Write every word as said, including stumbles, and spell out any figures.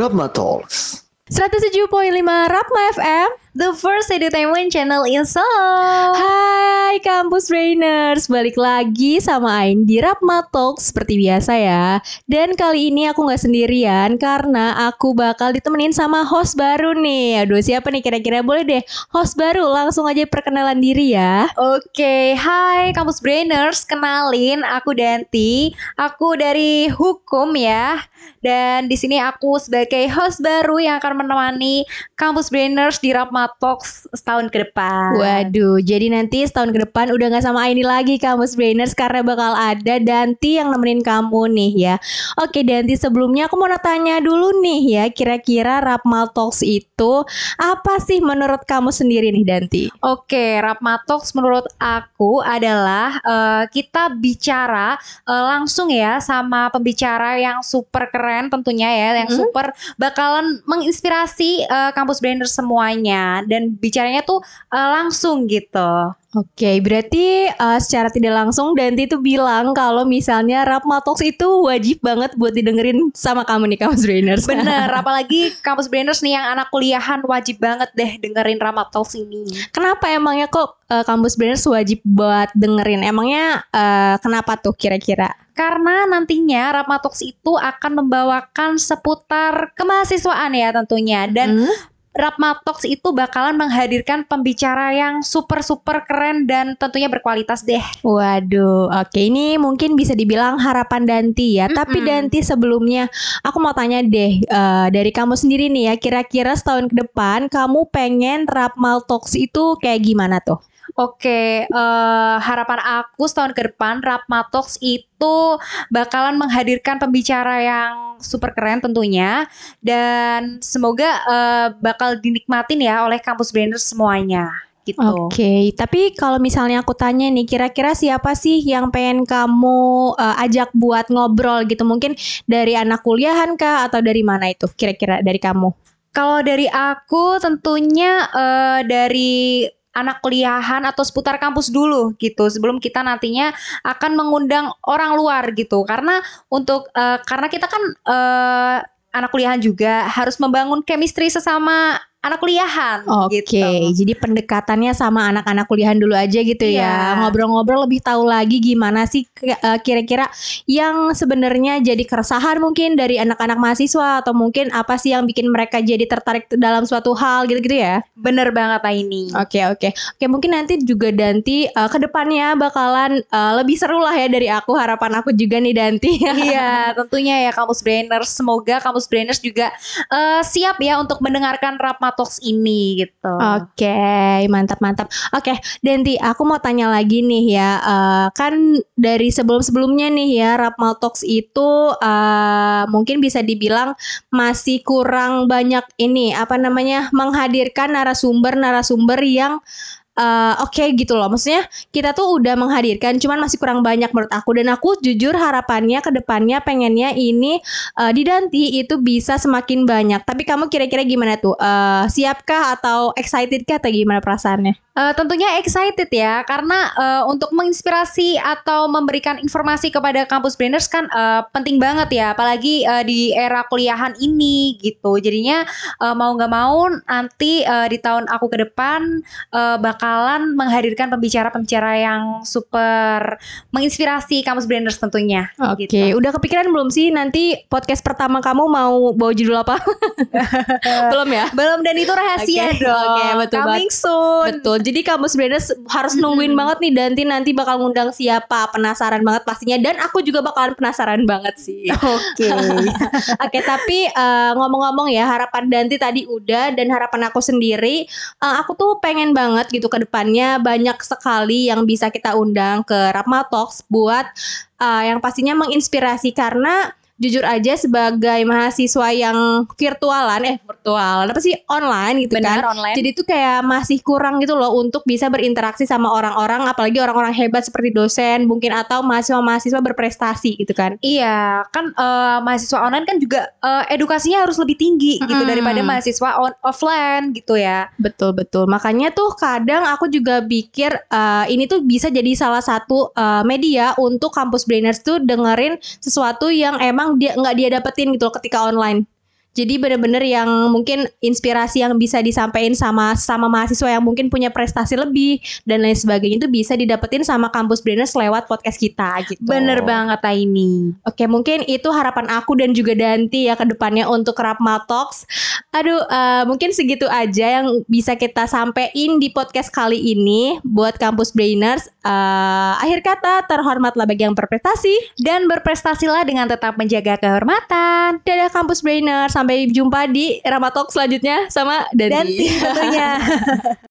Rapma Talks. seratus tujuh koma lima Rapma F M, the first entertainment channel in Solo. Hai Kampus Brainers, balik lagi sama Ain di Rapma Talks seperti biasa ya. Dan kali ini aku gak sendirian karena aku bakal ditemenin sama host baru nih. Aduh, siapa nih kira-kira? Boleh deh host baru, langsung aja perkenalan diri ya. Oke, hai Kampus Brainers, kenalin aku Danti. Aku dari hukum ya. Dan di sini aku sebagai host baru yang akan menemani Kampus Brainers di Rapma Talks setahun ke depan. Waduh, jadi nanti setahun ke depan udah gak sama Aini lagi Kampus Brainers karena bakal ada Danti yang nemenin kamu nih ya. Oke Danti, sebelumnya aku mau tanya dulu nih ya, kira-kira Rapma Talks itu apa sih menurut kamu sendiri nih Danti? Oke, Rapma Talks menurut aku adalah uh, kita bicara uh, langsung ya sama pembicara yang super keren tentunya ya, yang Mm-hmm. super bakalan menginspirasi uh, Kampus Brainers semuanya, dan bicaranya tuh uh, langsung gitu. Oke, berarti uh, secara tidak langsung Danti tuh bilang kalau misalnya Rapma Talks itu wajib banget buat didengerin sama kamu nih Kampus Brainers. Bener, apalagi Kampus Brainers nih yang anak kuliahan wajib banget deh dengerin Rapma Talks ini. Kenapa emangnya kok uh, Kampus Brainers wajib buat dengerin? Emangnya uh, kenapa tuh kira-kira? Karena nantinya Rapma Talks itu akan membawakan seputar kemahasiswaan ya tentunya. Dan hmm? Rapma Talks itu bakalan menghadirkan pembicara yang super-super keren dan tentunya berkualitas deh. Waduh, oke, ini mungkin bisa dibilang harapan Danti ya. Mm-mm. Tapi Danti, sebelumnya aku mau tanya deh, uh, dari kamu sendiri nih ya, kira-kira setahun ke depan kamu pengen Rapma Talks itu kayak gimana tuh? Oke, uh, harapan aku setahun ke depan Rapma Talks itu bakalan menghadirkan pembicara yang super keren tentunya, dan semoga uh, bakal dinikmatin ya oleh Kampus Brainers semuanya gitu. Oke, okay. Tapi kalau misalnya aku tanya nih, kira-kira siapa sih yang pengen kamu uh, ajak buat ngobrol gitu? Mungkin dari anak kuliahan kah atau dari mana itu kira-kira dari kamu? Kalau dari aku tentunya uh, dari anak kuliahan atau seputar kampus dulu gitu, sebelum kita nantinya akan mengundang orang luar gitu. Karena untuk uh, karena kita kan uh, anak kuliahan juga harus membangun chemistry sesama anak kuliahan. Oke, okay, gitu. Jadi pendekatannya sama anak-anak kuliahan dulu aja gitu ya. Ngobrol-ngobrol lebih tahu lagi gimana sih kira-kira yang sebenarnya jadi keresahan mungkin dari anak-anak mahasiswa, atau mungkin apa sih yang bikin mereka jadi tertarik dalam suatu hal gitu-gitu ya. Bener banget ini. Oke, okay, oke. Okay. Oke, okay, mungkin nanti juga Danti uh, ke depannya bakalan uh, lebih seru lah ya dari aku, harapan aku juga nih Danti. Iya, tentunya ya Kampus Brainers. Semoga Kampus Brainers juga uh, siap ya untuk mendengarkan Rapma Talks ini gitu. Oke, okay, mantap-mantap. Oke, okay, Danti, aku mau tanya lagi nih ya. Uh, kan dari sebelum-sebelumnya nih ya, Rapma Talks itu uh, mungkin bisa dibilang masih kurang banyak ini apa namanya menghadirkan narasumber-narasumber yang Uh, oke okay gitu loh. Maksudnya kita tuh udah menghadirkan, cuman masih kurang banyak menurut aku. Dan aku jujur harapannya ke depannya pengennya ini uh, di Danti itu bisa semakin banyak. Tapi kamu kira-kira gimana tuh? Uh, siapkah atau excited kah atau gimana perasaannya? Uh, tentunya excited ya, karena uh, untuk menginspirasi atau memberikan informasi kepada Kampus Brainers kan uh, penting banget ya, apalagi uh, di era kuliahan ini gitu. Jadinya uh, mau gak mau nanti uh, di tahun aku ke depan uh, bakalan menghadirkan pembicara-pembicara yang super menginspirasi Kampus Brainers tentunya. Oke, okay. Gitu. Udah kepikiran belum sih nanti podcast pertama kamu mau bawa judul apa? Belum ya? Belum, dan itu rahasia okay. dong. Oke, okay, betul Coming banget. soon. Betul. Jadi Kampus Brainers harus nungguin mm-hmm. banget nih Danti nanti bakal ngundang siapa. Penasaran banget pastinya, dan aku juga bakalan penasaran banget sih. Oke. Oke, okay, tapi uh, ngomong-ngomong ya, harapan Danti tadi udah, dan harapan aku sendiri, uh, aku tuh pengen banget gitu ke depannya banyak sekali yang bisa kita undang ke Rapma Talks buat uh, yang pastinya menginspirasi. Karena jujur aja sebagai mahasiswa yang virtualan eh virtualan apa sih online gitu. Benar, kan online. Jadi tuh kayak masih kurang gitu loh untuk bisa berinteraksi sama orang-orang, apalagi orang-orang hebat seperti dosen mungkin atau mahasiswa-mahasiswa berprestasi gitu kan. Iya kan, uh, mahasiswa online kan juga uh, edukasinya harus lebih tinggi gitu hmm. daripada mahasiswa on offline gitu ya. Betul-betul, makanya tuh kadang aku juga pikir uh, ini tuh bisa jadi salah satu uh, media untuk Kampus Brainers tuh dengerin sesuatu yang emang dia nggak dia dapetin gitu loh ketika online. Jadi bener-bener yang mungkin inspirasi yang bisa disampaikan sama sama mahasiswa yang mungkin punya prestasi lebih dan lain sebagainya itu bisa didapetin sama Kampus Brainers lewat podcast kita gitu. Bener banget ini. Oke, mungkin itu harapan aku dan juga Danti ya ke depannya untuk Rapmal Talks. Aduh, uh, mungkin segitu aja yang bisa kita sampein di podcast kali ini buat Kampus Brainers. Uh, akhir kata, terhormatlah bagi yang berprestasi dan berprestasilah dengan tetap menjaga kehormatan. Dadah Kampus Brainers. Sampai jumpa di Rapmal Talks selanjutnya sama Danti. Danti tentunya.